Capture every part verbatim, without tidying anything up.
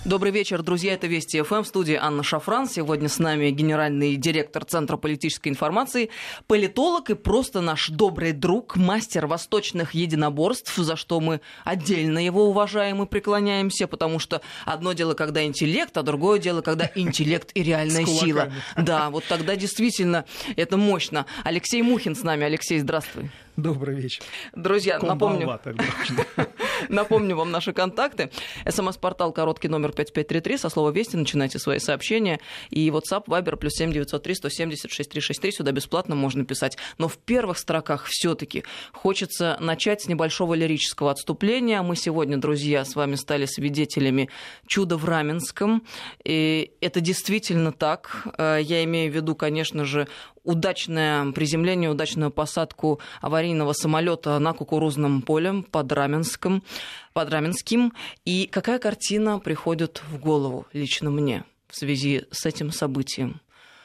Добрый вечер, друзья. Это Вести ФМ. В студии Анна Шафран. Сегодня с нами генеральный директор Центра политической информации, политолог и просто наш добрый друг, мастер восточных единоборств, за что мы отдельно его уважаем и преклоняемся, потому что одно дело, когда интеллект, а другое дело, когда интеллект и реальная сила. Да, вот тогда действительно это мощно. Алексей Мухин с нами. Алексей, здравствуй. Добрый вечер. Друзья, напомню, напомню вам наши контакты. СМС-портал короткий номер пять пять три три. Со слова «Вести» начинайте свои сообщения. И WhatsApp, Viber, плюс семь девятьсот три сто семьдесят шесть триста шестьдесят три. Сюда бесплатно можно писать. Но в первых строках все-таки хочется начать с небольшого лирического отступления. Мы сегодня, друзья, с вами стали свидетелями чуда в Раменском. И это действительно так. Я имею в виду, конечно же, удачное приземление, удачную посадку аварийного самолета на кукурузном поле под Раменском, под Раменским. И какая картина приходит в голову лично мне в связи с этим событием?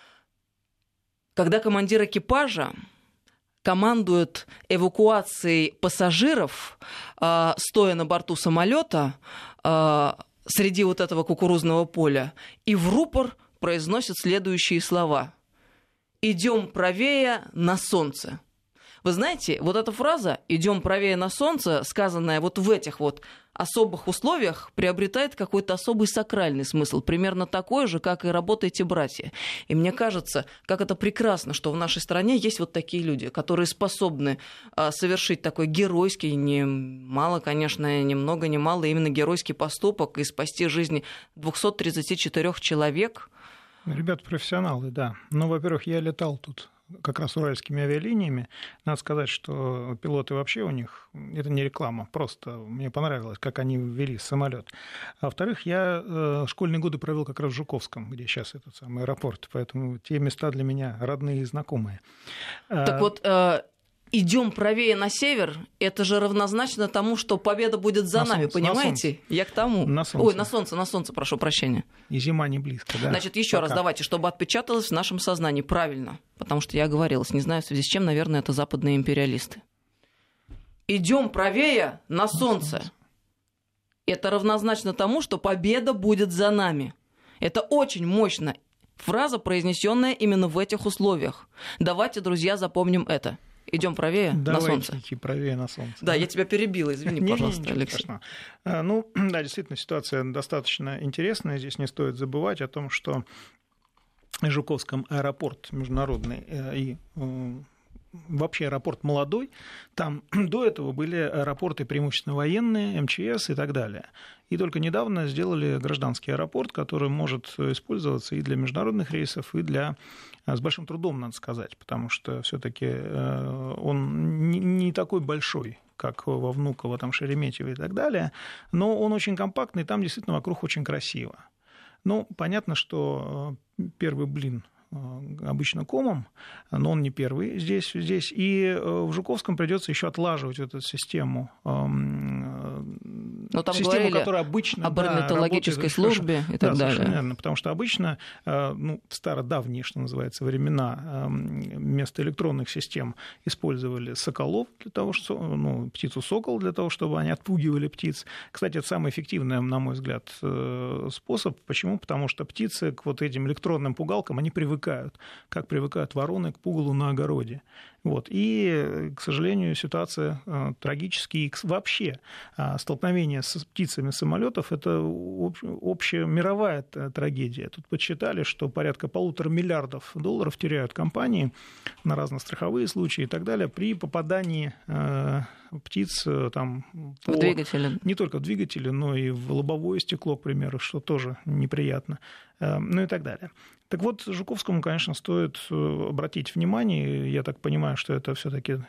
Когда командир экипажа командует эвакуацией пассажиров, э, стоя на борту самолета э, среди вот этого кукурузного поля, и в рупор произносит следующие слова: «Идем правее на солнце». Вы знаете, вот эта фраза «идем правее на солнце», сказанная вот в этих вот особых условиях, приобретает какой-то особый сакральный смысл, примерно такой же, как и «работайте, братья». И мне кажется, как это прекрасно, что в нашей стране есть вот такие люди, которые способны а, совершить такой геройский, не мало, конечно, ни много, ни мало, именно геройский поступок и спасти жизни двухсот тридцати четырёх человек. Ребята профессионалы, да. Ну, во-первых, я летал тут как раз уральскими авиалиниями. Надо сказать, что пилоты вообще у них, это не реклама, просто мне понравилось, как они ввели самолет. А во-вторых, я э, школьные годы провел как раз в Жуковском, где сейчас этот самый аэропорт, поэтому те места для меня родные и знакомые. Так а... вот... Э... Идем правее на север, это же равнозначно тому, что победа будет за на нами, солнце, понимаете? Я к тому. На солнце. Ой, на солнце, на солнце, прошу прощения. И зима не близко, да. Значит, еще раз давайте, чтобы отпечаталось в нашем сознании. Правильно, потому что я оговорилась, не знаю, в связи с чем, наверное, это западные империалисты. Идем правее на, на солнце. солнце. Это равнозначно тому, что победа будет за нами. Это очень мощно. Фраза, произнесенная именно в этих условиях. Давайте, друзья, запомним это. Идем правее Давайте на солнце. Идти правее на солнце. Да, да, я тебя перебила, извини, не, пожалуйста, не, Алексей. Страшного. Ну, да, действительно, ситуация достаточно интересная. Здесь не стоит забывать о том, что в Жуковском аэропорт международный и вообще аэропорт молодой, там до этого были аэропорты преимущественно военные, эм че эс и так далее. И только недавно сделали гражданский аэропорт, который может использоваться и для международных рейсов, и для... С большим трудом, надо сказать, потому что все-таки он не такой большой, как во Внуково, там, Шереметьево и так далее, но он очень компактный, там действительно вокруг очень красиво. Ну, понятно, что первый блин обычно комом, но он не первый здесь, здесь. И в Жуковском придется еще отлаживать эту систему, но там систему, которая обычно об орнитологической да, службе и так да, далее. Совершенно верно, потому что обычно, ну, в стародавние, что называется, времена вместо электронных систем использовали соколов для того, чтобы, ну, птицу сокол для того, чтобы они отпугивали птиц. Кстати, это самый эффективный, на мой взгляд, способ. Почему? Потому что птицы к вот этим электронным пугалкам, они привыкают, как привыкают вороны к пугалу на огороде. Вот. И, к сожалению, ситуация э, трагическая. И вообще э, столкновение с птицами самолетов – это об, общая мировая трагедия. Тут подсчитали, что порядка полутора миллиардов долларов теряют компании на разные страховые случаи и так далее при попадании э, птиц там, по, в двигатели. Не только в двигатели, но и в лобовое стекло, к примеру, что тоже неприятно, э, ну и так далее. Так вот, Жуковскому, конечно, стоит обратить внимание, я так понимаю, что это все-таки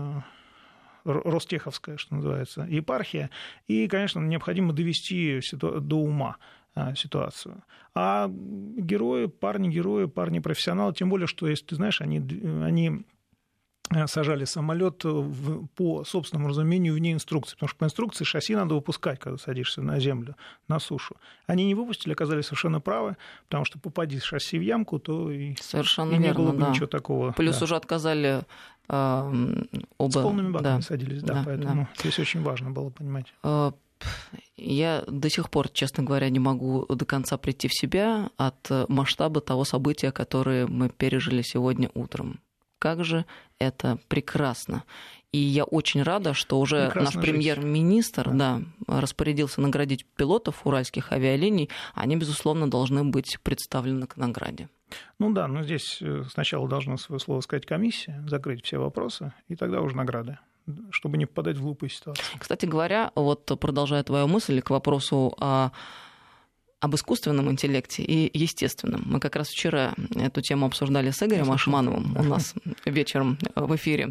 Ростеховская, что называется, епархия, и, конечно, необходимо довести до ума ситуацию. А герои, парни-герои, парни-профессионалы, тем более, что, если ты знаешь, они... они сажали самолет по собственному разумению вне инструкции, потому что по инструкции шасси надо выпускать, когда садишься на землю, на сушу. Они не выпустили, оказались совершенно правы, потому что попади шасси в ямку, то и, совершенно и не верно, было бы да. ничего такого. Плюс да. уже отказали э, оба... С полными баками да, садились, да, да, поэтому да. здесь очень важно было понимать. Я до сих пор, честно говоря, не могу до конца прийти в себя от масштаба того события, которое мы пережили сегодня утром. Как же это прекрасно. И я очень рада, что уже прекрасно наш премьер-министр да. Да, распорядился наградить пилотов уральских авиалиний. Они, безусловно, должны быть представлены к награде. Ну да, но здесь сначала должна свое слово сказать комиссия, закрыть все вопросы, и тогда уже награды, чтобы не попадать в глупые ситуации. Кстати говоря, вот продолжая твою мысль к вопросу о... об искусственном интеллекте и естественном. Мы как раз вчера эту тему обсуждали с Игорем Ашмановым у нас вечером в эфире.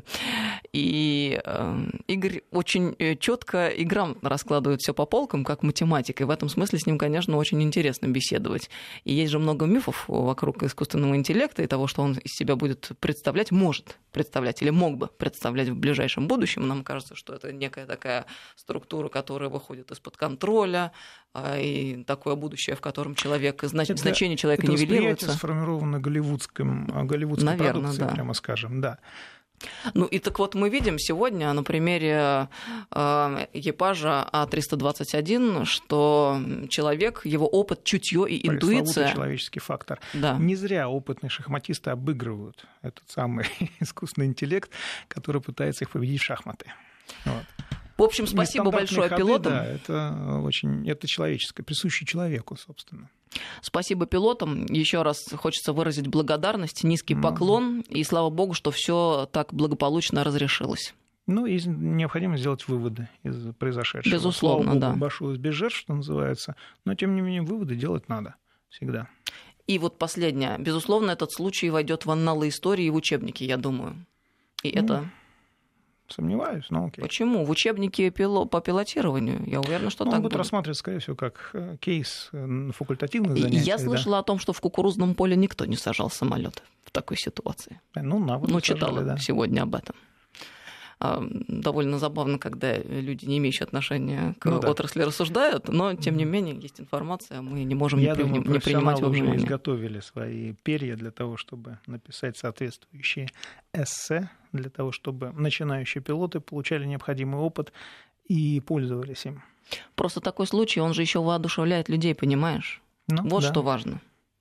И Игорь очень четко и грамотно раскладывает все по полкам, как математик. И в этом смысле с ним, конечно, очень интересно беседовать. И есть же много мифов вокруг искусственного интеллекта и того, что он из себя будет представлять, может представлять или мог бы представлять в ближайшем будущем. Нам кажется, что это некая такая структура, которая выходит из-под контроля, и такое будущее, в котором человек, значит, это, значение человека это нивелируется. Это сформировано голливудским, голливудской Наверное, продукцией, да. прямо скажем, да. Ну и так вот мы видим сегодня на примере экипажа А триста двадцать один, что человек, его опыт, чутье и интуиция... человеческий фактор. Да. Не зря опытные шахматисты обыгрывают этот самый искусственный интеллект, который пытается их победить в шахматы. Вот. В общем, спасибо большое ходы, пилотам. Да, это очень, это человеческое, присуще человеку, собственно. Спасибо пилотам. Еще раз хочется выразить благодарность, низкий поклон. Mm. И слава богу, что все так благополучно разрешилось. Ну, и необходимо сделать выводы из произошедшего. Безусловно, слава богу, да. обошлось без жертв, что называется. Но, тем не менее, выводы делать надо всегда. И вот последнее. Безусловно, этот случай войдет в анналы истории и в учебники, я думаю. И mm. это... Сомневаюсь, но окей. Почему? В учебнике по пилотированию, я уверена, что ну, так он будет будет. рассматриваться, скорее всего, как кейс на факультативных занятиях. Я слышала да. о том, что в кукурузном поле никто не сажал самолет в такой ситуации. Ну, на воду ну сажали, читала да. сегодня об этом. Довольно забавно, когда люди, не имеющие отношения к ну, да. отрасли, рассуждают, но, тем не менее, есть информация, мы не можем Я не, думаю, не принимать во внимание. уже изготовили свои перья для того, чтобы написать соответствующие эссе, для того, чтобы начинающие пилоты получали необходимый опыт и пользовались им. Просто такой случай, он же еще воодушевляет людей, понимаешь? Ну, вот да. что важно.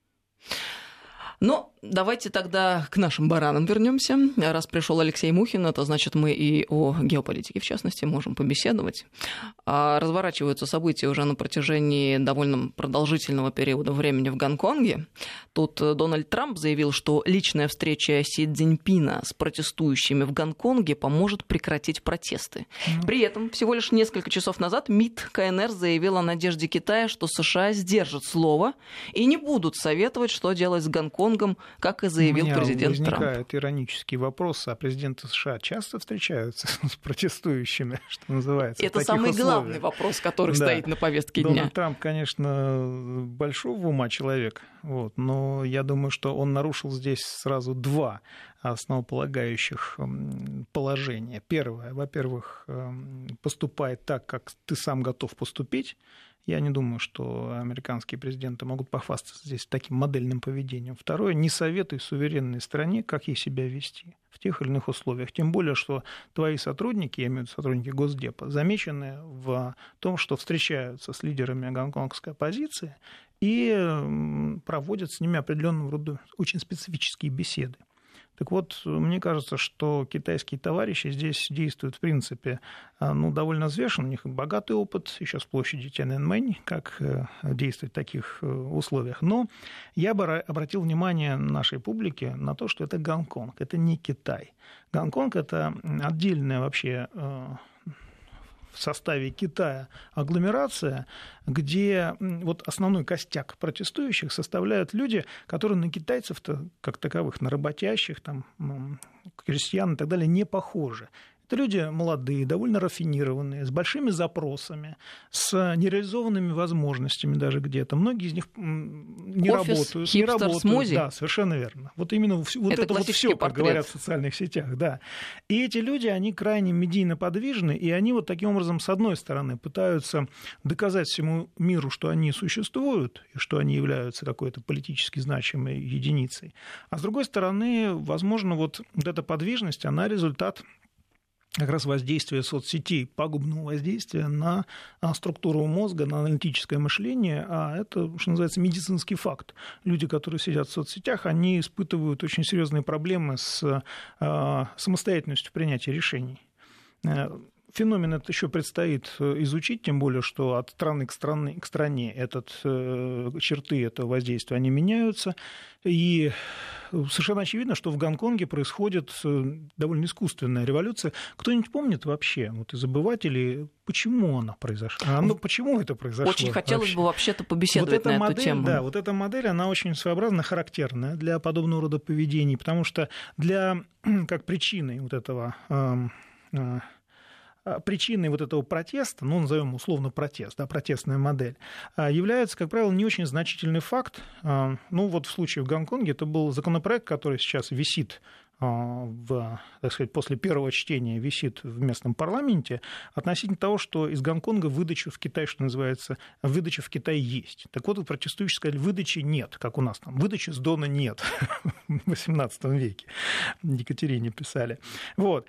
Ну, давайте тогда к нашим баранам вернемся. Раз пришел Алексей Мухин, это значит, мы и о геополитике, в частности, можем побеседовать. Разворачиваются события уже на протяжении довольно продолжительного периода времени в Гонконге. Тут Дональд Трамп заявил, что личная встреча Си Цзиньпина с протестующими в Гонконге поможет прекратить протесты. Mm. При этом всего лишь несколько часов назад МИД КНР заявил о надежде Китая, что США сдержат слово и не будут советовать, что делать с Гонконгом, как и заявил президент Трамп. Возникает иронический вопрос, а президенты США часто встречаются с протестующими, что называется? Это самый условиях? Главный вопрос, который да. стоит на повестке Дональд дня. Трамп, конечно, большого ума человек, вот, но я думаю, что он нарушил здесь сразу два основополагающих положения. Первое, во-первых, поступает так, как ты сам готов поступить. Я не думаю, что американские президенты могут похвастаться здесь таким модельным поведением. Второе, не советуй суверенной стране, как ей себя вести в тех или иных условиях. Тем более, что твои сотрудники, я имею в виду сотрудники Госдепа, замечены в том, что встречаются с лидерами гонконгской оппозиции и проводят с ними определенного рода очень специфические беседы. Так вот, мне кажется, что китайские товарищи здесь действуют, в принципе, ну, довольно взвешенно. У них богатый опыт еще с площади Тяньаньмэнь, как действовать в таких условиях. Но я бы обратил внимание нашей публики на то, что это Гонконг, это не Китай. Гонконг – это отдельная вообще в составе Китая агломерация, где вот основной костяк протестующих составляют люди, которые на китайцев-то, как таковых, на работящих, там, крестьян и так далее, не похожи. Это люди молодые, довольно рафинированные, с большими запросами, с нереализованными возможностями даже где-то. Многие из них не Офис, работают. хипстер, не работают. смузи. Да, совершенно верно. Вот именно вот это, это вот все, как говорят в социальных сетях. Да. И эти люди, они крайне медийно подвижны, и они вот таким образом, с одной стороны, пытаются доказать всему миру, что они существуют, и что они являются какой-то политически значимой единицей. А с другой стороны, возможно, вот эта подвижность, она результат как раз воздействие соцсетей, пагубного воздействия на структуру мозга, на аналитическое мышление, а это, что называется, медицинский факт. Люди, которые сидят в соцсетях, они испытывают очень серьезные проблемы с самостоятельностью принятия решений. Феномен это еще предстоит изучить, тем более, что от страны к стране, к стране этот, черты этого воздействия они меняются. И совершенно очевидно, что в Гонконге происходит довольно искусственная революция. Кто-нибудь помнит вообще, вот из обывателей, почему она произошла? А, ну, почему это произошло? Очень хотелось вообще? бы вообще-то побеседовать вот на модель, эту тему. Да, вот эта модель, она очень своеобразно характерная для подобного рода поведений, потому что для, как причиной вот этого... Причиной вот этого протеста, ну, назовем условно протест, да, протестная модель, является, как правило, не очень значительный факт. Ну, вот в случае в Гонконге это был законопроект, который сейчас висит в, так сказать, после первого чтения висит в местном парламенте относительно того, что из Гонконга выдачу в Китай, что называется, выдача в Китай есть. Так вот, протестующие сказали, выдачи нет, как у нас там, выдачи с Дона нет в восемнадцатом веке, Екатерине писали. Вот.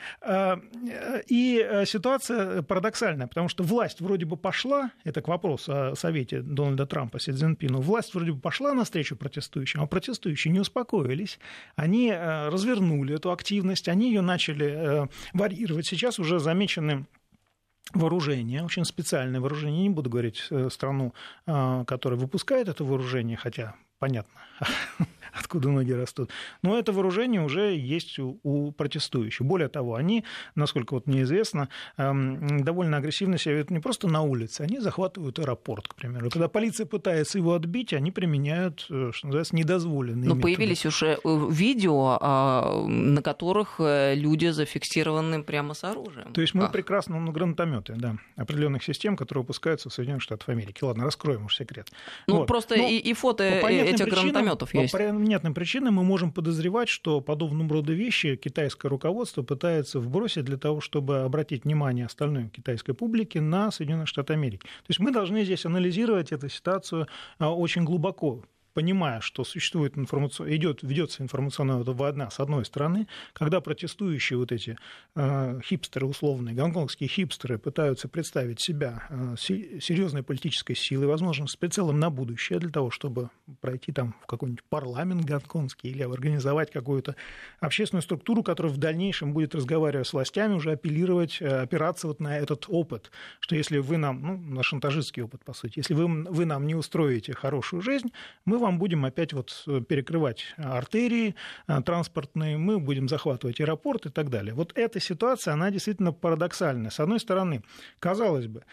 И ситуация парадоксальная, потому что власть вроде бы пошла, это к вопросу о совете Дональда Трампа Си Цзиньпину, власть вроде бы пошла навстречу протестующим, а протестующие не успокоились, они развернули эту активность, они ее начали э, варьировать. Сейчас уже замечены вооружение, очень специальное вооружение. Не буду говорить э, страну, э, которая выпускает это вооружение, хотя понятно, откуда ноги растут. Но это вооружение уже есть у, у протестующих. Более того, они, насколько вот мне известно, эм, довольно агрессивно себя ведут не просто на улице, они захватывают аэропорт, к примеру. Когда полиция пытается его отбить, они применяют, что называется, недозволенные Но методы. появились уже видео, на которых люди зафиксированы прямо с оружием. То есть мы прекрасно, ну, гранатометы, да, определенных систем, которые выпускаются в Соединенных Штатах Америки. Ладно, раскроем уж секрет. Ну, вот. просто Но и, и фото этих гранатометов есть. По понятным причинам мы можем подозревать, что подобного рода вещи китайское руководство пытается вбросить для того, чтобы обратить внимание остальной китайской публики на Соединенные Штаты Америки. То есть мы должны здесь анализировать эту ситуацию очень глубоко, понимая, что существует информацион... идет, ведется информационная война с одной стороны, когда протестующие вот эти э, хипстеры условные, гонконгские хипстеры пытаются представить себя э, серьезной политической силой, возможно, с прицелом на будущее для того, чтобы пройти там в какой-нибудь парламент гонконгский или организовать какую-то общественную структуру, которая в дальнейшем будет, разговаривая с властями, уже апеллировать, опираться вот на этот опыт, что если вы нам, ну, на шантажистский опыт, по сути, если вы, вы нам не устроите хорошую жизнь, мы вам будем опять вот перекрывать артерии транспортные, мы будем захватывать аэропорт и так далее. Вот эта ситуация, она действительно парадоксальная. С одной стороны, казалось бы,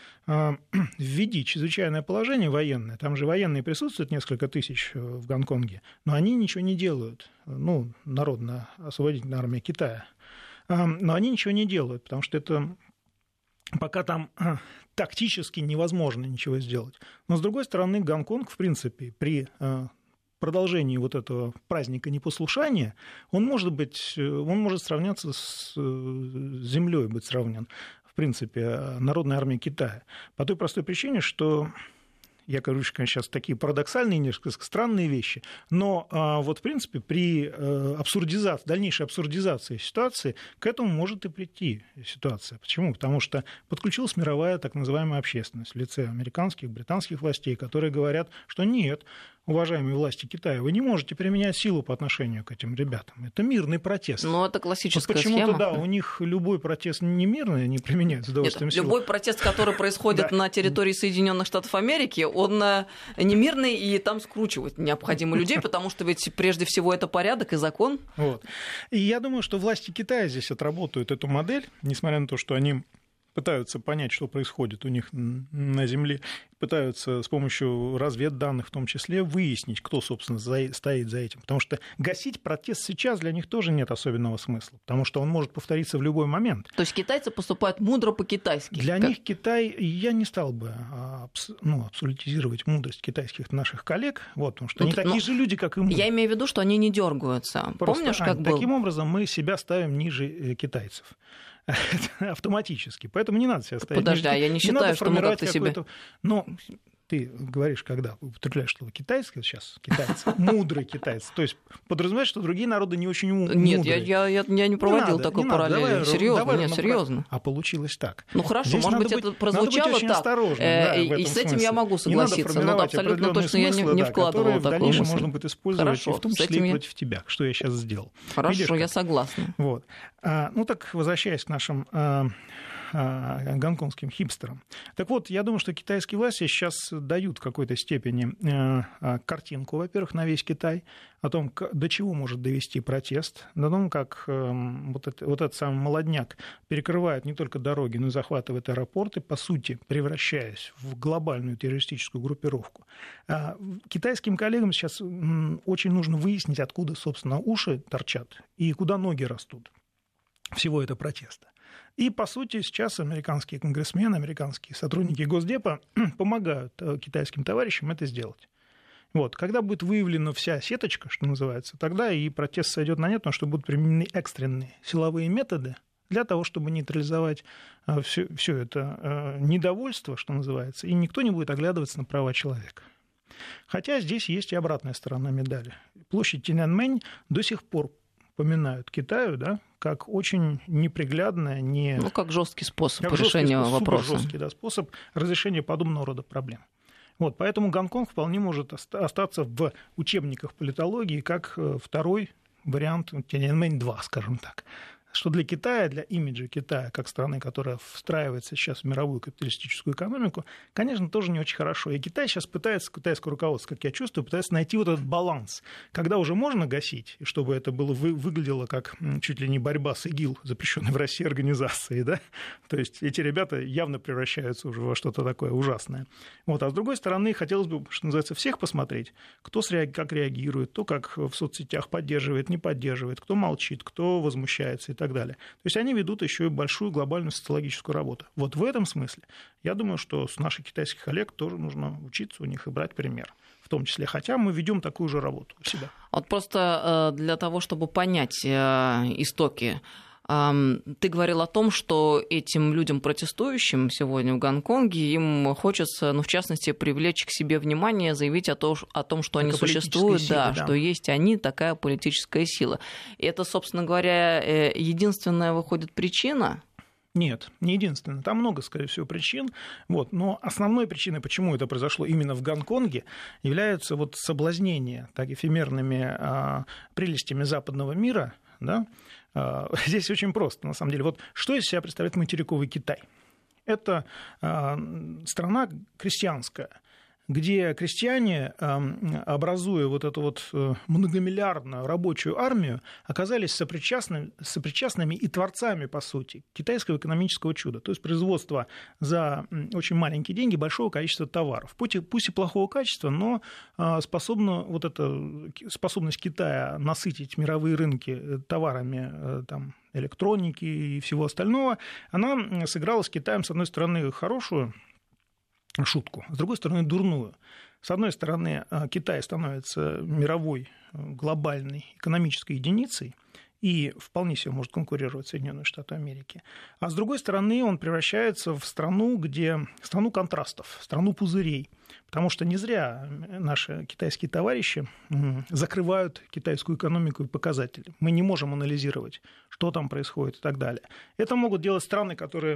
введи чрезвычайное положение военное, там же военные присутствуют несколько тысяч в Гонконге, но они ничего не делают. Ну, Народно-освободительная армия Китая. Но они ничего не делают, потому что это... Пока там тактически невозможно ничего сделать. Но, с другой стороны, Гонконг, в принципе, при продолжении вот этого праздника непослушания, он может быть, он может сравняться с землей, быть сравнен, в принципе, Народной армией Китая. По той простой причине, что... Я говорю, конечно, сейчас такие парадоксальные, несколько странные вещи, но вот, в принципе, при абсурдизации, дальнейшей абсурдизации ситуации к этому может и прийти ситуация. Почему? Потому что подключилась мировая так называемая общественность в лице американских, британских властей, которые говорят, что нет, уважаемые власти Китая, вы не можете применять силу по отношению к этим ребятам. Это мирный протест. Ну, это классическая вот почему-то, схема. Да, у них любой протест не мирный, они применяют с удовольствием Нет, силу. Любой протест, который происходит на территории Соединенных Штатов Америки, он не мирный, и там скручивать необходимо людей, потому что ведь прежде всего это порядок и закон. Вот. И я думаю, что власти Китая здесь отработают эту модель, несмотря на то, что они пытаются понять, что происходит у них на Земле, пытаются с помощью разведданных в том числе выяснить, кто, собственно, за, стоит за этим. Потому что гасить протест сейчас для них тоже нет особенного смысла, потому что он может повториться в любой момент. То есть китайцы поступают мудро по-китайски? Для как... них Китай, я не стал бы абс, ну, абсолютизировать мудрость китайских наших коллег, вот, потому что Тут, они такие же люди, как и мы. Я имею в виду, что они не дергаются. Просто, Помнишь, как а, был? Таким образом мы себя ставим ниже китайцев. Автоматически. Поэтому не надо себя ставить. Подожди, а я не считаю, не что мы как-то себе... Но ты говоришь, когда употребляешь слово китайский, сейчас китайцы, мудрый китайцы, то есть подразумевает, что другие народы не очень мудрые. Нет, я, я, я, я не проводил не такой параллели. Давай, серьезно, давай, нет, серьезно. А получилось так. Ну хорошо, Здесь может быть, быть, это прозвучало так, да, и, и с этим смысле. я могу согласиться, но абсолютно точно я не, не да, вкладывала такую мысль. Можно будет использовать, хорошо, и в том числе и я... против тебя, что я сейчас сделал. Хорошо, Видишь, я согласна. Вот. А, ну так, возвращаясь к нашим... А, гонконгским хипстерам. Так вот, я думаю, что китайские власти сейчас дают в какой-то степени картинку, во-первых, на весь Китай, о том, до чего может довести протест, о том, как вот, это, вот этот самый молодняк перекрывает не только дороги, но и захватывает аэропорты, по сути, превращаясь в глобальную террористическую группировку. Китайским коллегам сейчас очень нужно выяснить, откуда, собственно, уши торчат и куда ноги растут всего этого протеста. И, по сути, сейчас американские конгрессмены, американские сотрудники Госдепа помогают китайским товарищам это сделать. Вот. Когда будет выявлена вся сеточка, что называется, тогда и протест сойдет на нет, потому что будут применены экстренные силовые методы для того, чтобы нейтрализовать все, все это недовольство, что называется, и никто не будет оглядываться на права человека. Хотя здесь есть и обратная сторона медали. Площадь Тяньаньмэнь до сих пор поминают Китаю, да, как очень неприглядное, не... Ну, как жесткий способ как решения жесткий, вопроса. Жесткий, да, способ разрешения подобного рода проблем. Вот, поэтому Гонконг вполне может остаться в учебниках политологии как второй вариант Тяньаньмэнь-два, скажем так. Что для Китая, для имиджа Китая, как страны, которая встраивается сейчас в мировую капиталистическую экономику, конечно, тоже не очень хорошо. И Китай сейчас пытается, китайское руководство, как я чувствую, пытается найти вот этот баланс, когда уже можно гасить, чтобы это было, вы, выглядело как чуть ли не борьба с ИГИЛ, запрещенной в России организацией, да? То есть эти ребята явно превращаются уже во что-то такое ужасное. Вот. А с другой стороны, хотелось бы, что называется, всех посмотреть, кто как реагирует, кто как в соцсетях поддерживает, не поддерживает, кто молчит, кто возмущается и так далее. То есть они ведут еще и большую глобальную социологическую работу. Вот в этом смысле я думаю, что с наших китайских коллег тоже нужно учиться у них и брать пример. В том числе, хотя мы ведем такую же работу у себя. Вот просто для того, чтобы понять истоки, ты говорил о том, что этим людям, протестующим сегодня в Гонконге, им хочется, ну, в частности, привлечь к себе внимание, заявить о том, о том что они существуют, сила, да, да, что есть они, такая политическая сила. И это, собственно говоря, единственная, выходит, причина? Нет, не единственная. Там много, скорее всего, причин. Вот. Но основной причиной, почему это произошло именно в Гонконге, является вот соблазнение так эфемерными а, прелестями западного мира. Да? А, здесь очень просто, на самом деле. Вот что из себя представляет материковый Китай? Это а, страна крестьянская, где крестьяне, образуя вот эту вот многомиллиардную рабочую армию, оказались сопричастными, сопричастными и творцами, по сути, китайского экономического чуда, то есть производства за очень маленькие деньги большого количества товаров. Пусть и, пусть и плохого качества, но способна, вот эта способность Китая насытить мировые рынки товарами там, электроники и всего остального, она сыграла с Китаем, с одной стороны, хорошую шутку, с другой стороны, дурную. С одной стороны, Китай становится мировой глобальной экономической единицей и вполне себе может конкурировать с Соединенными Штатами Америки. А с другой стороны, он превращается в страну, где, страну контрастов, страну пузырей. Потому что не зря наши китайские товарищи закрывают китайскую экономику и показатели. Мы не можем анализировать, что там происходит и так далее. Это могут делать страны, которые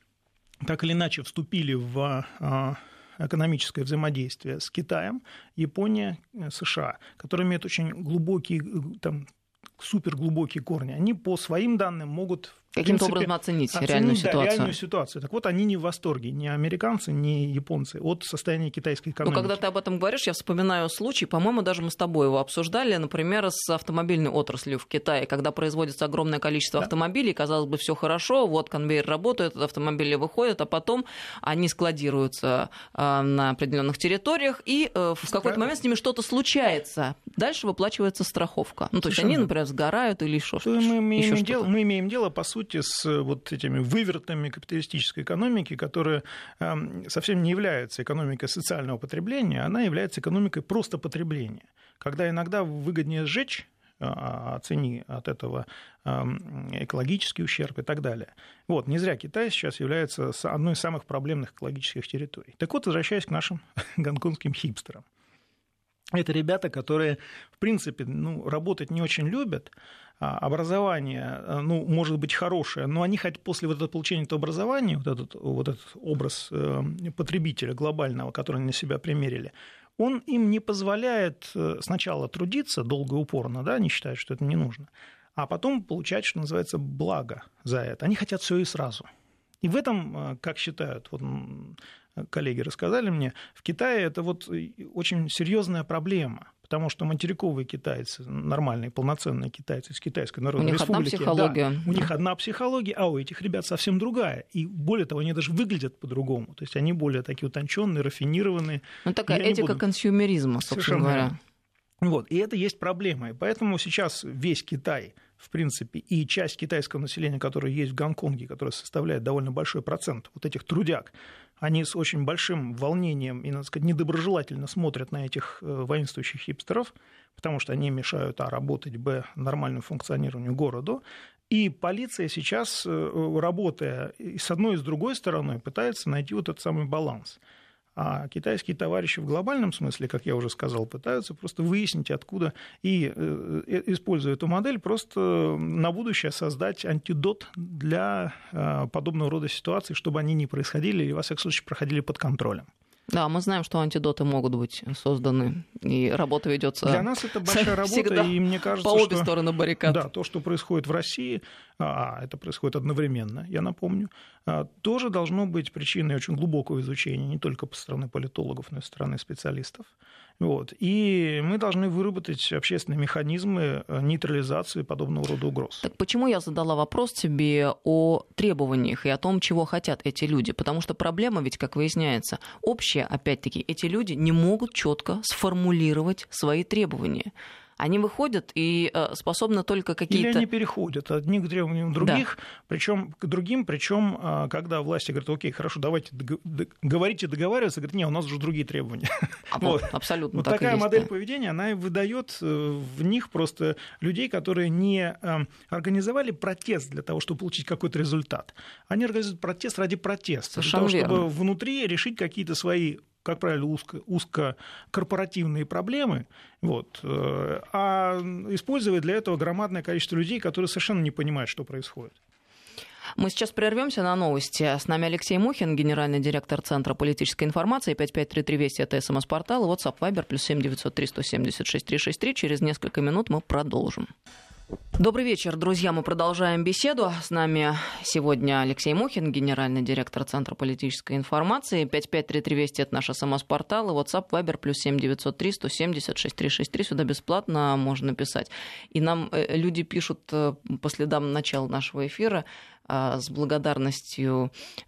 так или иначе вступили в экономическое взаимодействие с Китаем, Япония, США, которые имеют очень глубокие, там, суперглубокие корни. Они по своим данным могут каким-то образом оценить, оценить реальную да, ситуацию. реальную ситуацию. Так вот, они не в восторге, ни американцы, ни японцы, от состояния китайской экономики. Но когда ты об этом говоришь, я вспоминаю случай, по-моему, даже мы с тобой его обсуждали, например, с автомобильной отраслью в Китае, когда производится огромное количество да. автомобилей, казалось бы, все хорошо, вот конвейер работает, автомобили выходят, а потом они складируются на определенных территориях, и в какой-то момент с ними что-то случается. Дальше выплачивается страховка. Ну, то есть они, например, сгорают или еще что-то. Мы имеем, дело, мы имеем дело, по сути, с вот этими вывертами капиталистической экономики, которая совсем не является экономикой социального потребления, она является экономикой просто потребления. Когда иногда выгоднее сжечь оцени от этого экологический ущерб и так далее. Вот, не зря Китай сейчас является одной из самых проблемных экологических территорий. Так вот, возвращаясь к нашим гонконгским хипстерам. Это ребята, которые, в принципе, ну, работать не очень любят, образование, ну, может быть, хорошее, но они хотят после вот этого получения этого образования, вот этот, вот этот образ потребителя глобального, который они на себя примерили, он им не позволяет сначала трудиться долго и упорно, да, они считают, что это не нужно, а потом получать, что называется, благо за это. Они хотят все и сразу. И в этом, как считают, вот коллеги рассказали мне, в Китае это вот очень серьезная проблема, потому что материковые китайцы, нормальные, полноценные китайцы из Китайской Народной Республики, да, у них одна психология, а у этих ребят совсем другая. И более того, они даже выглядят по-другому. То есть они более такие утонченные, рафинированные. Ну, такая этика буду... консюмеризма, собственно Совершенно говоря. Верно. Вот, и это есть проблема. И поэтому сейчас весь Китай, в принципе, и часть китайского населения, которое есть в Гонконге, которое составляет довольно большой процент вот этих трудяг, они с очень большим волнением и, надо сказать, недоброжелательно смотрят на этих воинствующих хипстеров, потому что они мешают, а, работать, б, нормальному функционированию городу. И полиция сейчас, работая и с одной, и с другой стороной, пытается найти вот этот самый баланс. А китайские товарищи в глобальном смысле, как я уже сказал, пытаются просто выяснить, откуда, и, используя эту модель, просто на будущее создать антидот для подобного рода ситуаций, чтобы они не происходили или, во всяком случае, проходили под контролем. Да, мы знаем, что антидоты могут быть созданы, и работа ведется. Для нас это большая работа, и мне кажется, по обе что, стороны баррикад. Да, то, что происходит в России, а это происходит одновременно, я напомню, тоже должно быть причиной очень глубокого изучения не только со стороны политологов, но и со стороны специалистов. Вот. И мы должны выработать общественные механизмы нейтрализации подобного рода угроз. Так почему я задала вопрос тебе о требованиях и о том, чего хотят эти люди? Потому что проблема ведь, как выясняется, общая, опять-таки, эти люди не могут четко сформулировать свои требования. Они выходят и способны только какие-то... Или они переходят от одних к требованиям других, да. причем к другим, причем, когда власти говорят, окей, хорошо, давайте говорите, договариваться, говорят, нет, у нас уже другие требования. А вот, абсолютно вот так такая и есть, модель да. поведения, она выдает в них просто людей, которые не организовали протест для того, чтобы получить какой-то результат. Они организуют протест ради протеста, Совершенно для того, верно. чтобы внутри решить какие-то свои, как правило, узко, узкокорпоративные проблемы, вот, а используя для этого громадное количество людей, которые совершенно не понимают, что происходит. Мы сейчас прервемся на новости. С нами Алексей Мухин, генеральный директор Центра политической информации. пять пять три три Вести — это СМС-портал. WhatsApp, Viber, плюс семь девятьсот три сто семьдесят шесть триста шестьдесят три. Через несколько минут мы продолжим. Добрый вечер, друзья. Мы продолжаем беседу. С нами сегодня Алексей Мухин, генеральный директор Центра политической информации. пять пять три три Вести — это наш СМС-портал. И WhatsApp, Viber, плюс семь девятьсот три сто семьдесят шесть триста шестьдесят три. Сюда бесплатно можно написать. И нам люди пишут по следам начала нашего эфира с благодарностью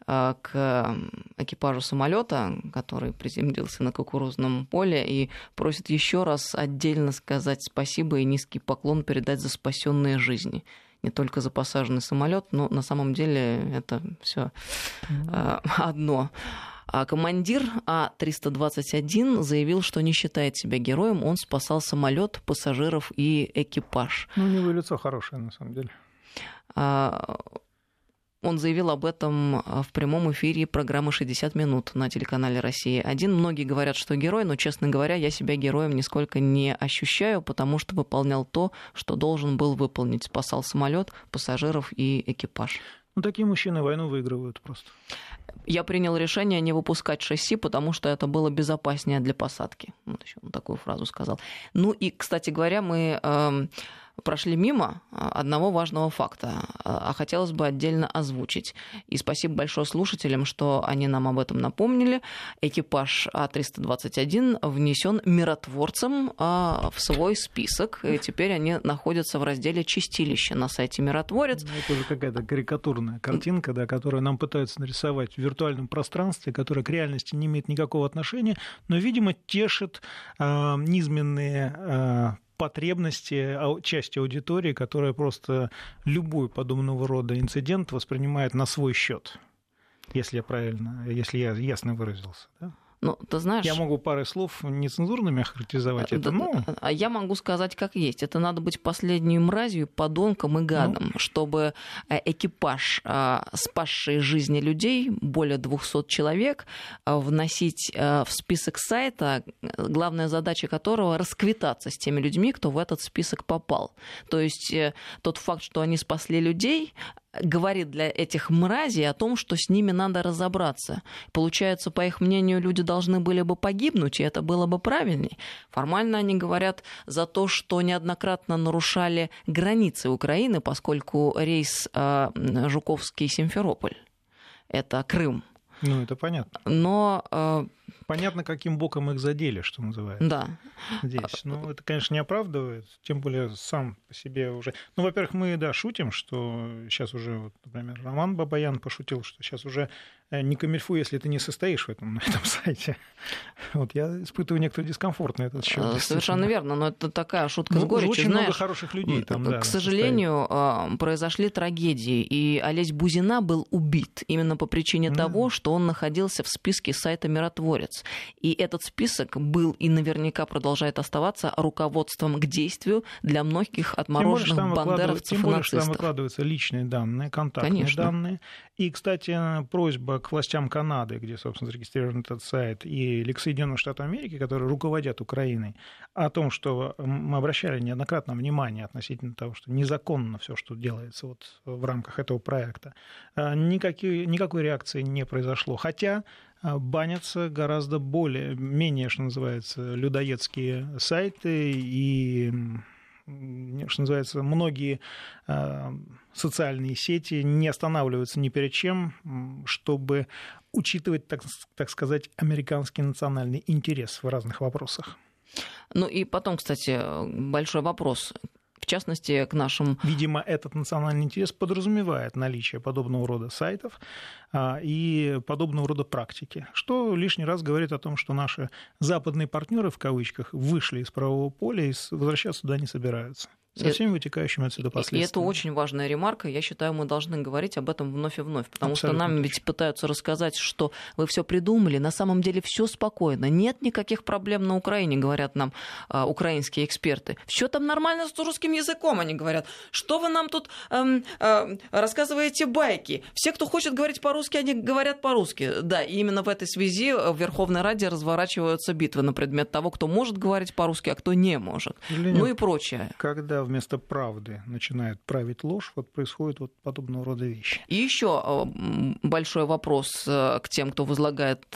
к экипажу самолета, который приземлился на кукурузном поле, и просят еще раз отдельно сказать спасибо и низкий поклон передать за спасенные жизни. Не только за посаженный самолет, но на самом деле это все mm-hmm. одно. А командир А триста двадцать один заявил, что не считает себя героем, он спасал самолет, пассажиров и экипаж. Ну, у него лицо хорошее, на самом деле. Он заявил об этом в прямом эфире программы «шестьдесят минут» на телеканале «Россия-один». Многие говорят, что герой, но, честно говоря, я себя героем нисколько не ощущаю, потому что выполнял то, что должен был выполнить. Спасал самолет, пассажиров и экипаж. Ну, такие мужчины войну выигрывают просто. Я принял решение не выпускать шасси, потому что это было безопаснее для посадки. Вот еще он такую фразу сказал. Ну и, кстати говоря, мы... Э, прошли мимо одного важного факта, а хотелось бы отдельно озвучить. И спасибо большое слушателям, что они нам об этом напомнили. Экипаж А триста двадцать один внесен миротворцем в свой список. И теперь они находятся в разделе «Чистилище» на сайте «Миротворец». Это уже какая-то карикатурная картинка, да, которую нам пытаются нарисовать в виртуальном пространстве, которая к реальности не имеет никакого отношения, но, видимо, тешит э, низменные э, потребности части аудитории, которая просто любой подобного рода инцидент воспринимает на свой счет, если я правильно, если я ясно выразился. Да? Ну, ты знаешь... Я могу парой слов нецензурными охарактеризовать это, ну... А я могу сказать, как есть. Это надо быть последней мразью, подонком и гадом, ну... чтобы экипаж, спасший жизни людей, более двухсот человек, вносить в список сайта, главная задача которого — расквитаться с теми людьми, кто в этот список попал. То есть тот факт, что они спасли людей, говорит для этих мразей о том, что с ними надо разобраться. Получается, по их мнению, люди должны были бы погибнуть, и это было бы правильней. Формально они говорят за то, что неоднократно нарушали границы Украины, поскольку рейс э, Жуковский-Симферополь — это Крым. Ну, это понятно. Но... Э, Понятно, каким боком их задели, что называется. Да. Здесь. Ну, это, конечно, не оправдывает, тем более сам по себе уже... Ну, во-первых, мы, да, шутим, что сейчас уже, вот, например, Роман Бабаян пошутил, что сейчас уже не камильфо, если ты не состоишь в этом, на этом сайте. Вот, я испытываю некоторый дискомфорт на этот счет. Совершенно верно, но это такая шутка, ну, с горечью. Очень знаешь, много хороших людей там, да. К сожалению, состоит. произошли трагедии, и Олесь Бузина был убит именно по причине да. того, что он находился в списке сайта «Миротворец». И этот список был и наверняка продолжает оставаться руководством к действию для многих отмороженных бандеровцев и нацистов. Тем более, что там выкладываются личные данные, контактные Конечно. данные. И, кстати, просьба к властям Канады, где, собственно, зарегистрирован этот сайт, или к Соединенным Штатам Америки, которые руководят Украиной, о том, что мы обращали неоднократно внимание относительно того, что незаконно все, что делается вот в рамках этого проекта, никакой, никакой реакции не произошло. Хотя банятся гораздо более, менее, что называется, людоедские сайты и, что называется, многие социальные сети не останавливаются ни перед чем, чтобы учитывать, так, так сказать, американский национальный интерес в разных вопросах. Ну и потом, кстати, большой вопрос. В частности, к нашим... Видимо, этот национальный интерес подразумевает наличие подобного рода сайтов а, и подобного рода практики, что лишний раз говорит о том, что наши западные партнеры, в кавычках, вышли из правового поля и возвращаться туда не собираются. Со всеми вытекающими отсюда последствиями. И это очень важная ремарка. Я считаю, мы должны говорить об этом вновь и вновь, потому Абсолютно что нам точно. Ведь пытаются рассказать, что вы все придумали. На самом деле все спокойно. Нет никаких проблем на Украине, говорят нам а, украинские эксперты. Все там нормально с русским языком, они говорят. Что вы нам тут эм, э, рассказываете байки? Все, кто хочет говорить по-русски, они говорят по-русски. Да, и именно в этой связи в Верховной Раде разворачиваются битвы на предмет того, кто может говорить по-русски, а кто не может. Ленин, ну и прочее. Когда вместо правды начинает править ложь, вот происходят вот подобного рода вещи. И еще большой вопрос к тем, кто возлагает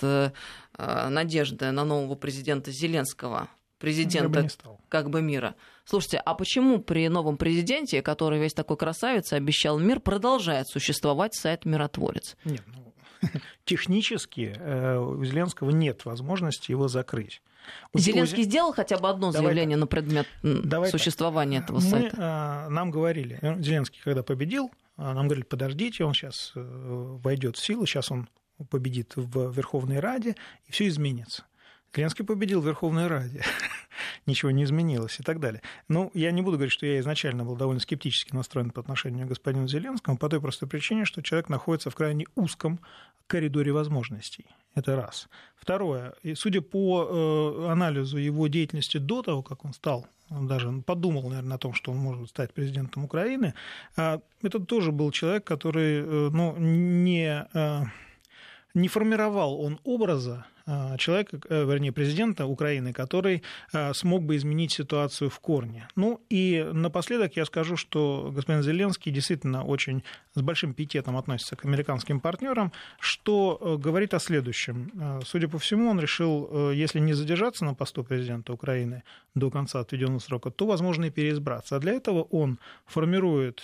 надежды на нового президента Зеленского, президента как бы мира. Слушайте, а почему при новом президенте, который весь такой красавец, обещал мир, продолжает существовать сайт «Миротворец»? Нет, ну, технически у Зеленского нет возможности его закрыть. Зеленский сделал хотя бы одно Давай заявление так. на предмет Давай существования так. этого Мы, сайта? Нам говорили, Зеленский, когда победил, нам говорили, подождите, он сейчас войдет в силу, сейчас он победит в Верховной Раде, и все изменится. Зеленский победил в Верховной Раде, ничего не изменилось и так далее. Ну, я не буду говорить, что я изначально был довольно скептически настроен по отношению к господину Зеленскому, по той простой причине, что человек находится в крайне узком коридоре возможностей. Это раз. Второе. И судя по э, анализу его деятельности до того, как он стал, он даже подумал, наверное, о том, что он может стать президентом Украины, э, это тоже был человек, который э, ну, не, э, не формировал он образа человека, вернее, президента Украины, который смог бы изменить ситуацию в корне. Ну и напоследок я скажу, что господин Зеленский действительно очень с большим пиететом относится к американским партнерам, что говорит о следующем. Судя по всему, он решил, если не задержаться на посту президента Украины до конца отведенного срока, то, возможно, и переизбраться. А для этого он формирует,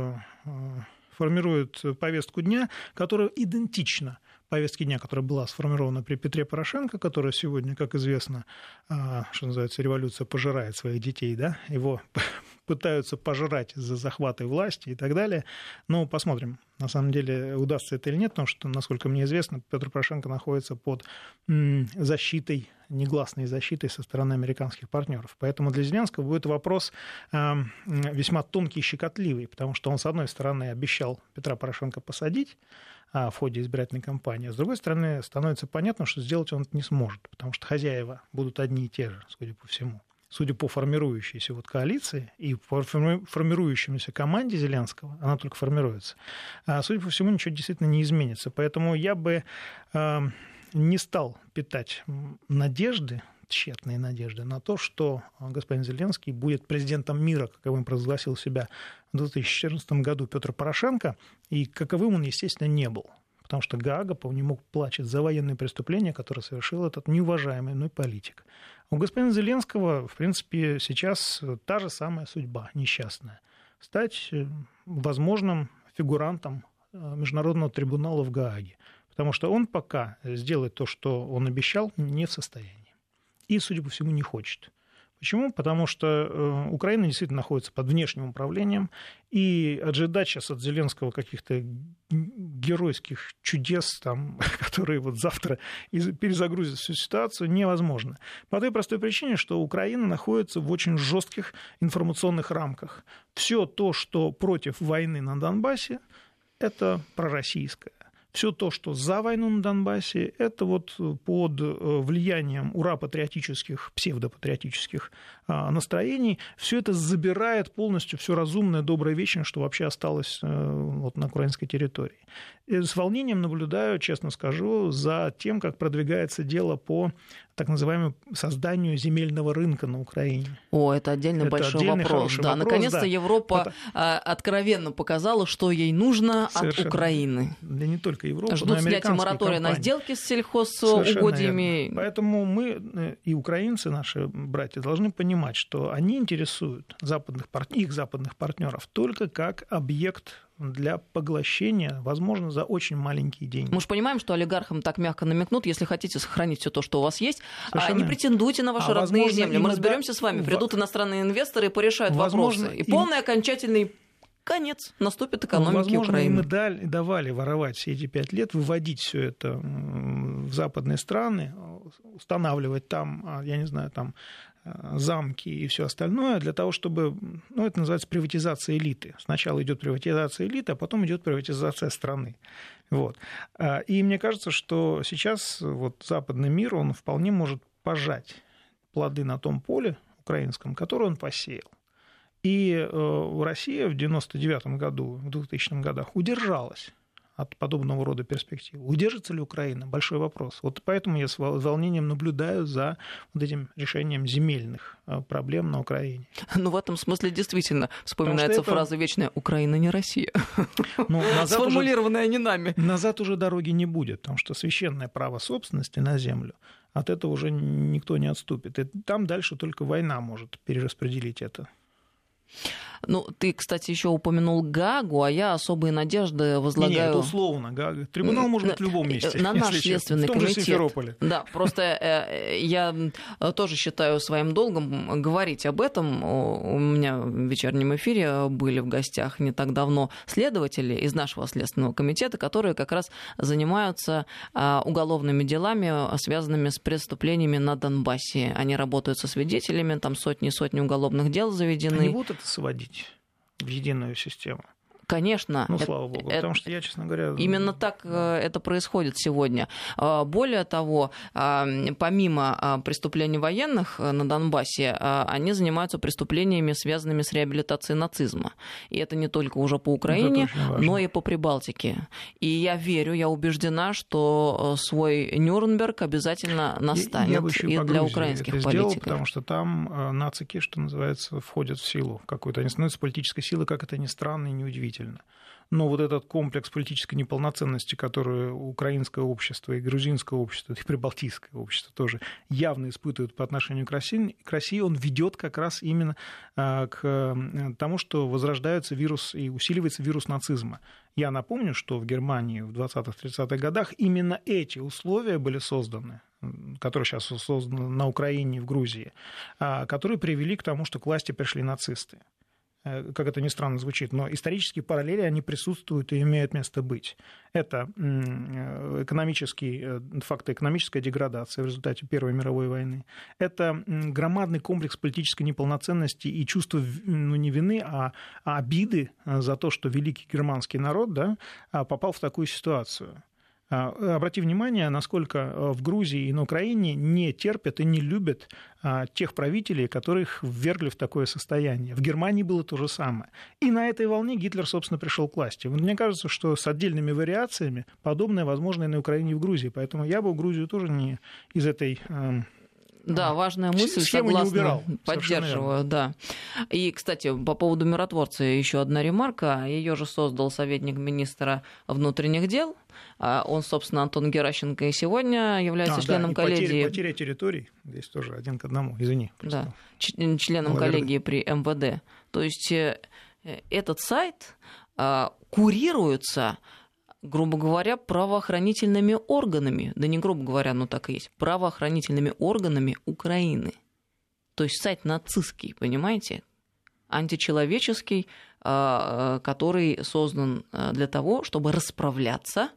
формирует повестку дня, которая идентична повестки дня, которая была сформирована при Петре Порошенко, которая сегодня, как известно, что называется, революция пожирает своих детей, да, его пытаются пожирать за захваты власти и так далее. Но посмотрим, на самом деле, удастся это или нет, потому что, насколько мне известно, Петр Порошенко находится под защитой негласной защитой со стороны американских партнеров. Поэтому для Зеленского будет вопрос весьма тонкий и щекотливый, потому что он, с одной стороны, обещал Петра Порошенко посадить в ходе избирательной кампании, а с другой стороны, становится понятно, что сделать он это не сможет, потому что хозяева будут одни и те же, судя по всему. Судя по формирующейся вот коалиции и по формирующемуся команде Зеленского, она только формируется, судя по всему, ничего действительно не изменится. Поэтому я бы не стал питать надежды, тщетные надежды на то, что господин Зеленский будет президентом мира, каковым провозгласил себя в две тысячи четырнадцатом году Петр Порошенко, и каковым он, естественно, не был. Потому что Гаага по нему плачет за военные преступления, которые совершил этот неуважаемый мной политик. У господина Зеленского, в принципе, сейчас та же самая судьба несчастная. Стать возможным фигурантом Международного трибунала в Гааге. Потому что он пока сделать то, что он обещал, не в состоянии. И, судя по всему, не хочет. Почему? Потому что Украина действительно находится под внешним управлением, и ожидать сейчас от Зеленского каких-то геройских чудес, там, которые вот завтра перезагрузят всю ситуацию, невозможно. По той простой причине, что Украина находится в очень жестких информационных рамках. Все то, что против войны на Донбассе, это пророссийское. Все то, что за войну на Донбассе, это вот под влиянием ура-патриотических, псевдопатриотических настроений, все это забирает полностью все разумное, доброе, вечное, что вообще осталось вот на украинской территории. И с волнением наблюдаю, честно скажу, за тем, как продвигается дело по так называемому созданию земельного рынка на Украине. О, это отдельный это большой отдельный вопрос. Да, вопрос. Наконец-то да. Европа это... откровенно показала, что ей нужно Совершенно. От Украины. Да не только Европа, Ждут но и снятия моратория компании. на сделки с сельхозугодьями. Поэтому мы и украинцы, наши братья, должны понимать, что они интересуют западных, их западных партнеров только как объект для поглощения, возможно, за очень маленькие деньги. Мы же понимаем, что олигархам так мягко намекнут, если хотите сохранить все то, что у вас есть, Совершенно. Не претендуйте на ваши а родные возможно, земли. Мы да... разберемся с вами, придут иностранные инвесторы и порешают возможно, вопросы. И им... полный окончательный конец наступит экономики возможно, Украины. Возможно, им и давали воровать все эти пять лет, выводить все это в западные страны, устанавливать там, я не знаю, там замки и все остальное, для того, чтобы, ну, это называется приватизация элиты. Сначала идет приватизация элиты, а потом идет приватизация страны. Вот. И мне кажется, что сейчас вот западный мир, он вполне может пожать плоды на том поле украинском, которое он посеял. И Россия в девяносто девятом году, в двухтысячных годах удержалась от подобного рода перспектив. Удержится ли Украина? Большой вопрос. Вот поэтому я с волнением наблюдаю за вот этим решением земельных проблем на Украине. Ну, в этом смысле действительно вспоминается это... фраза вечная «Украина не Россия», ну, сформулированная уже... не нами. Назад уже дороги не будет, потому что священное право собственности на землю, от этого уже никто не отступит. И там дальше только война может перераспределить это. Ну, ты, кстати, еще упомянул Гаагу, а я особые надежды возлагаю... Нет, это условно, Гаага. Трибунал может быть в любом месте. На наш следственный комитет. В том же Симферополе. Да, просто я тоже считаю своим долгом говорить об этом. У меня в вечернем эфире были в гостях не так давно следователи из нашего следственного комитета, которые как раз занимаются уголовными делами, связанными с преступлениями на Донбассе. Они работают со свидетелями, там сотни и сотни уголовных дел заведены. Они будут это сводить в единую систему? Конечно. Ну, слава богу, это, потому что я, честно говоря... Именно так это происходит сегодня. Более того, помимо преступлений военных на Донбассе, они занимаются преступлениями, связанными с реабилитацией нацизма. И это не только уже по Украине, но и по Прибалтике. И я верю, я убеждена, что свой Нюрнберг обязательно настанет я, я и для украинских это политиков. Сделал, потому что там нацики, что называется, входят в силу какую-то. Они становятся политической силой, как это ни странно и не удивительно. Но вот этот комплекс политической неполноценности, который украинское общество и грузинское общество, и прибалтийское общество тоже явно испытывают по отношению к России, к России, он ведет как раз именно к тому, что возрождается вирус и усиливается вирус нацизма. Я напомню, что в Германии в двадцатых-тридцатых годах именно эти условия были созданы, которые сейчас созданы на Украине и в Грузии, которые привели к тому, что к власти пришли нацисты. как это ни странно звучит, но исторические параллели, они присутствуют и имеют место быть. Это экономический, факты экономической деградации в результате Первой мировой войны. Это громадный комплекс политической неполноценности и чувство, ну, не вины, а, а обиды за то, что великий германский народ, да, попал в такую ситуацию. Обрати внимание, насколько в Грузии и на Украине не терпят и не любят тех правителей, которых ввергли в такое состояние. В Германии было то же самое. И на этой волне Гитлер, собственно, пришел к власти. Мне кажется, что с отдельными вариациями подобное возможно и на Украине, и в Грузии. Поэтому я бы Грузию тоже не из этой... Да, важная мысль, согласна, поддерживаю, да. И, кстати, по поводу миротворца еще одна ремарка. Ее же создал советник министра внутренних дел. Он, собственно, Антон Геращенко, и сегодня является а, членом да, коллегии... Потеря территорий, здесь тоже один к одному, извини. Да, членом коллегии при эм вэ дэ. То есть этот сайт курируется, грубо говоря, правоохранительными органами, да не грубо говоря, но так и есть, правоохранительными органами Украины. То есть сайт нацистский, понимаете, античеловеческий, который создан для того, чтобы расправляться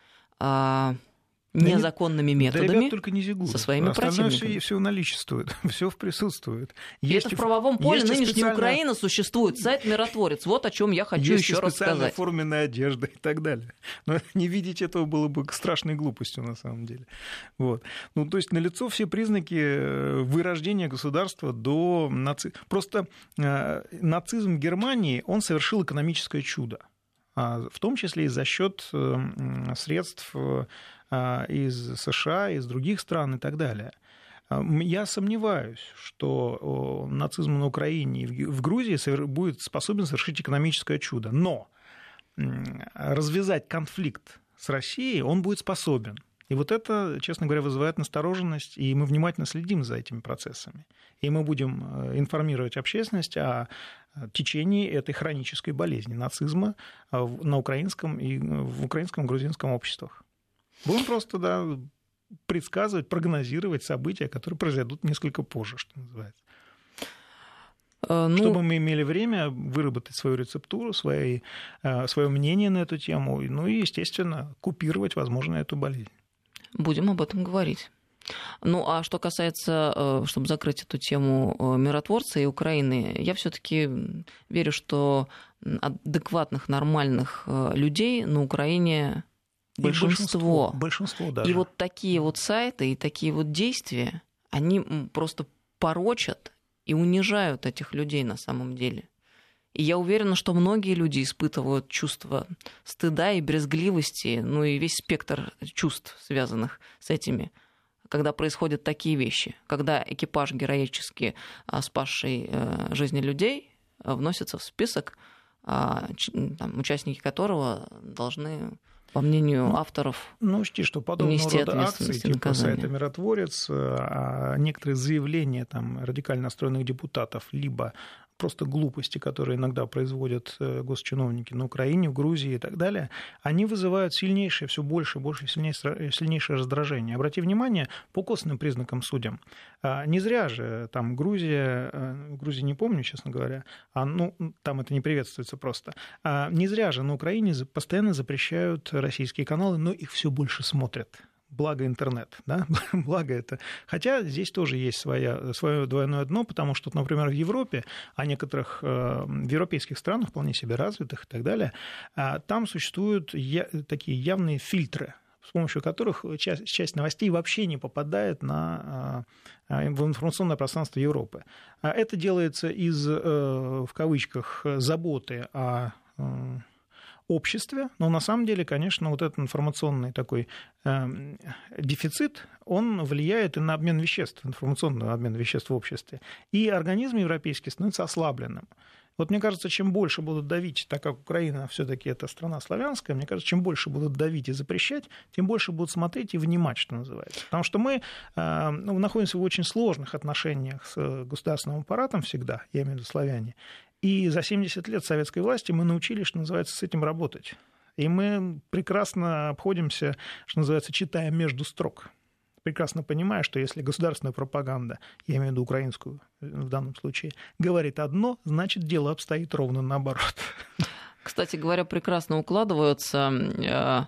незаконными да методами, да только не зигуют. Со своими Остальное противниками. Все, все наличествует, все присутствует. И есть это в правовом поле нынешняя специально... Украина существует, сайт «Миротворец». Вот о чем я хочу есть еще раз сказать. Есть специальная форменная одежда и так далее. Но не видеть этого было бы страшной глупостью на самом деле. Вот. Ну, то есть налицо все признаки вырождения государства до нацизма. Просто э, нацизм в Германии, он совершил экономическое чудо. В том числе и за счет средств из США, из других стран и так далее. Я сомневаюсь, что нацизм на Украине и в Грузии будет способен совершить экономическое чудо. Но развязать конфликт с Россией он будет способен. И вот это, честно говоря, вызывает настороженность, и мы внимательно следим за этими процессами. И мы будем информировать общественность о течении этой хронической болезни нацизма на украинском и в украинском и грузинском обществах. Будем просто, да, предсказывать, прогнозировать события, которые произойдут несколько позже, что называется. Ну, чтобы мы имели время выработать свою рецептуру, свои, свое мнение на эту тему, ну и, естественно, купировать, возможно, эту болезнь. Будем об этом говорить. Ну, а что касается, чтобы закрыть эту тему миротворца и Украины, я все-таки верю, что адекватных, нормальных людей на Украине большинство. Большинство, большинство даже. И вот такие вот сайты и такие вот действия, они просто порочат и унижают этих людей на самом деле. И я уверена, что многие люди испытывают чувство стыда и брезгливости, ну и весь спектр чувств, связанных с этими, когда происходят такие вещи, когда экипаж, героически спасший жизни людей, вносится в список, там, участники которого должны, по мнению авторов, ну, учти, что подобного нести рода акции, типа наказание. сайта «Миротворец», некоторые заявления там, радикально настроенных депутатов, либо просто глупости, которые иногда производят госчиновники на Украине, в Грузии и так далее, они вызывают сильнейшее, все больше и больше, сильнейшее, сильнейшее раздражение. Обрати внимание, по косвенным признакам судим. Не зря же там Грузия, в Грузии не помню, честно говоря, а, ну, там это не приветствуется просто, не зря же на Украине постоянно запрещают российские каналы, но их все больше смотрят. Благо интернет, да, благо это. Хотя здесь тоже есть своя, свое двойное дно, потому что, например, в Европе, а некоторых в европейских странах, вполне себе развитых и так далее, там существуют я, такие явные фильтры, с помощью которых часть, часть новостей вообще не попадает на, в информационное пространство Европы. Это делается из, в кавычках, заботы о обществе, но на самом деле, конечно, вот этот информационный такой э, дефицит, он влияет и на обмен веществ, информационный обмен веществ в обществе. И организм европейский становится ослабленным. Вот мне кажется, чем больше будут давить, так как Украина все-таки это страна славянская, мне кажется, чем больше будут давить и запрещать, тем больше будут смотреть и внимать, что называется. Потому что мы э, ну, находимся в очень сложных отношениях с государственным аппаратом всегда, я имею в виду славяне. И за семьдесят лет советской власти мы научились, что называется, с этим работать. И мы прекрасно обходимся, что называется, читая между строк. прекрасно понимая, что если государственная пропаганда, я имею в виду украинскую в данном случае, говорит одно, значит, дело обстоит ровно наоборот. Кстати говоря, прекрасно укладываются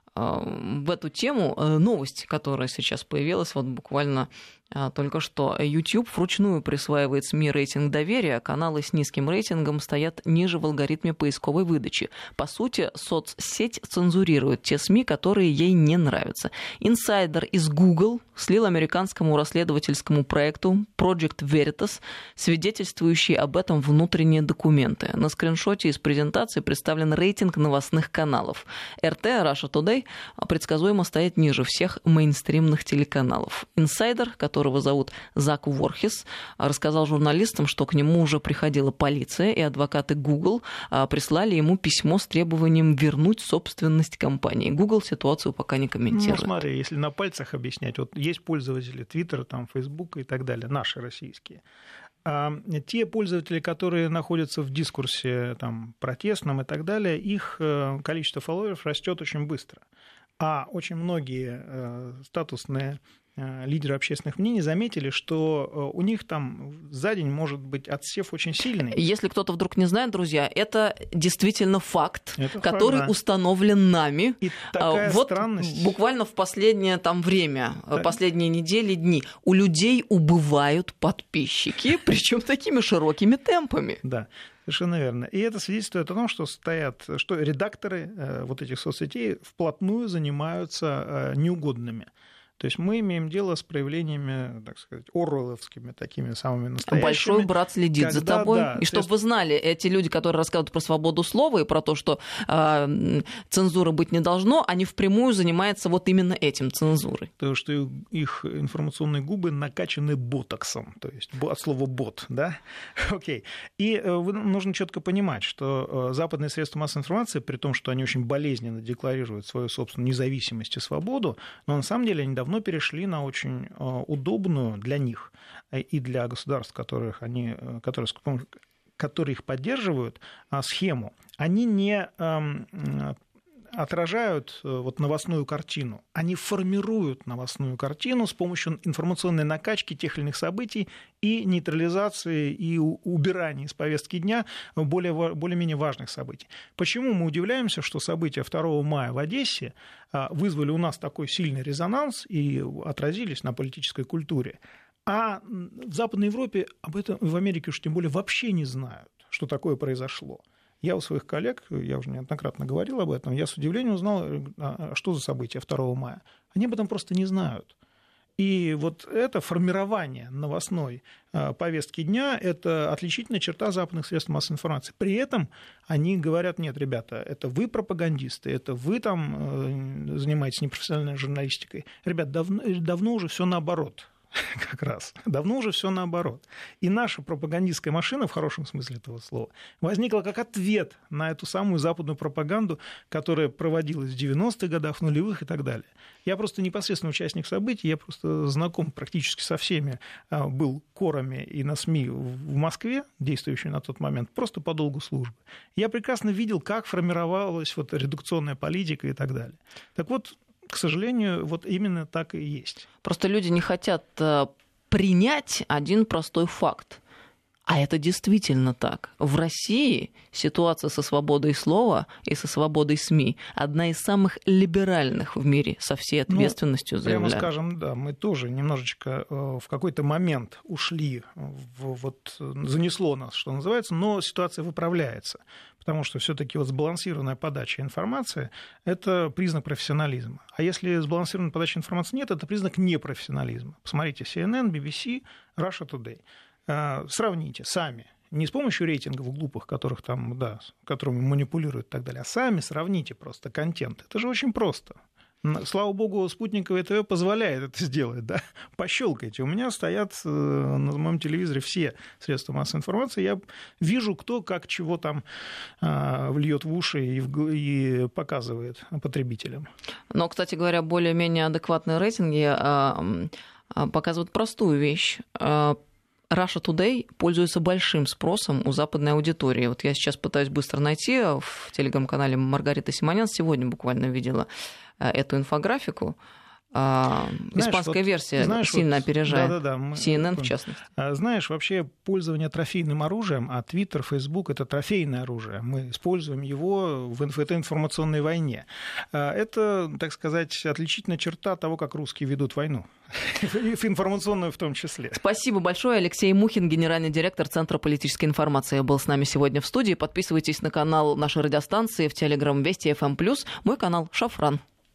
в эту тему новость, которая сейчас появилась вот буквально только что. YouTube вручную присваивает СМИ рейтинг доверия. Каналы с низким рейтингом стоят ниже в алгоритме поисковой выдачи. По сути, соцсеть цензурирует те СМИ, которые ей не нравятся. Инсайдер из Google слил американскому расследовательскому проекту Project Veritas свидетельствующие об этом внутренние документы. На скриншоте из презентации представлен рейтинг новостных каналов. эр тэ, Russia Today, предсказуемо стоит ниже всех мейнстримных телеканалов. Инсайдер, который которого зовут Зак Ворхис, рассказал журналистам, что к нему уже приходила полиция, и адвокаты Google прислали ему письмо с требованием вернуть собственность компании. Google ситуацию пока не комментирует. Ну, смотри, если на пальцах объяснять, вот есть пользователи Twitter, там, Facebook и так далее, наши российские. А те пользователи, которые находятся в дискурсе там, протестном и так далее, их количество фолловеров растет очень быстро. А очень многие статусные лидеры общественных мнений заметили, что у них там за день может быть отсев очень сильный. Если кто-то вдруг не знает, друзья, это действительно факт, это который факт, да. установлен нами. И такая вот странность... буквально в последнее там время, так. последние недели, дни, у людей убывают подписчики, причем такими широкими темпами. Да. Совершенно верно. И это свидетельствует о том, что стоят, что редакторы вот этих соцсетей вплотную занимаются неугодными. То есть мы имеем дело с проявлениями, так сказать, оруэлловскими, такими самыми настоящими. Большой брат следит когда, за тобой. Да, и чтобы вы знали, эти люди, которые рассказывают про свободу слова и про то, что э, цензуры быть не должно, они впрямую занимаются вот именно этим, цензурой. Потому что их информационные губы накачаны ботоксом, то есть от слова «бот», да? Окей. И нужно четко понимать, что западные средства массовой информации, при том, что они очень болезненно декларируют свою собственную независимость и свободу, но на самом деле они давно перешли на очень удобную для них и для государств, которых они, которые, которые их поддерживают, схему. Они не отражают вот новостную картину, они формируют новостную картину с помощью информационной накачки тех или иных событий и нейтрализации и убирания из повестки дня более, более-менее важных событий. Почему мы удивляемся, что события второго мая в Одессе вызвали у нас такой сильный резонанс и отразились на политической культуре, а в Западной Европе об этом, в Америке уж тем более, вообще не знают, что такое произошло. Я у своих коллег, я уже неоднократно говорил об этом, я с удивлением узнал, что за события второго мая. Они об этом просто не знают. И вот это формирование новостной повестки дня – это отличительная черта западных средств массовой информации. При этом они говорят: нет, ребята, это вы пропагандисты, это вы там занимаетесь непрофессиональной журналистикой. Ребят, давно, давно уже все наоборот. Как раз. Давно уже все наоборот. И наша пропагандистская машина, в хорошем смысле этого слова, возникла как ответ на эту самую западную пропаганду, которая проводилась в девяностых годах, в нулевых и так далее. Я просто непосредственно участник событий, я просто знаком практически со всеми, был корами и на СМИ в Москве, действующими на тот момент, просто по долгу службы. Я прекрасно видел, как формировалась вот редакционная политика и так далее. Так вот, к сожалению, вот именно так и есть. Просто люди не хотят принять один простой факт. А это действительно так. В России ситуация со свободой слова и со свободой СМИ одна из самых либеральных в мире, со всей ответственностью, ну, заявляю. Прямо скажем, да, мы тоже немножечко в какой-то момент ушли, в, вот, занесло нас, что называется, но ситуация выправляется. Потому что все-таки вот сбалансированная подача информации – это признак профессионализма. А если сбалансированной подачи информации нет, это признак непрофессионализма. Посмотрите, си эн эн, би би си, Russia Today. Сравните сами, не с помощью рейтингов глупых, которых там, да, которыми манипулируют и так далее, а сами сравните просто контент. Это же очень просто. Слава богу, спутниковое ТВ позволяет это сделать, да. Пощелкайте. У меня стоят на моем телевизоре все средства массовой информации. Я вижу, кто как чего там вльет в уши и, в, и показывает потребителям. Но, кстати говоря, более-менее адекватные рейтинги показывают простую вещь. Russia Today пользуется большим спросом у западной аудитории. Вот я сейчас пытаюсь быстро найти в телеграм-канале Маргариты Симонян. Сегодня буквально видела эту инфографику. А, знаешь, испанская вот, версия знаешь, сильно вот, опережает да, да, да, мы, си эн эн в частности. Знаешь, вообще пользование трофейным оружием, а Twitter, Facebook — это трофейное оружие. Мы используем его в этой информационной войне. Это, так сказать, отличительная черта того, как русские ведут войну. Информационную в том числе. Спасибо большое. Алексей Мухин, генеральный директор Центра политической информации, был с нами сегодня в студии. Подписывайтесь на канал нашей радиостанции в Телеграм Вести эф эм плюс, мой канал Шафран.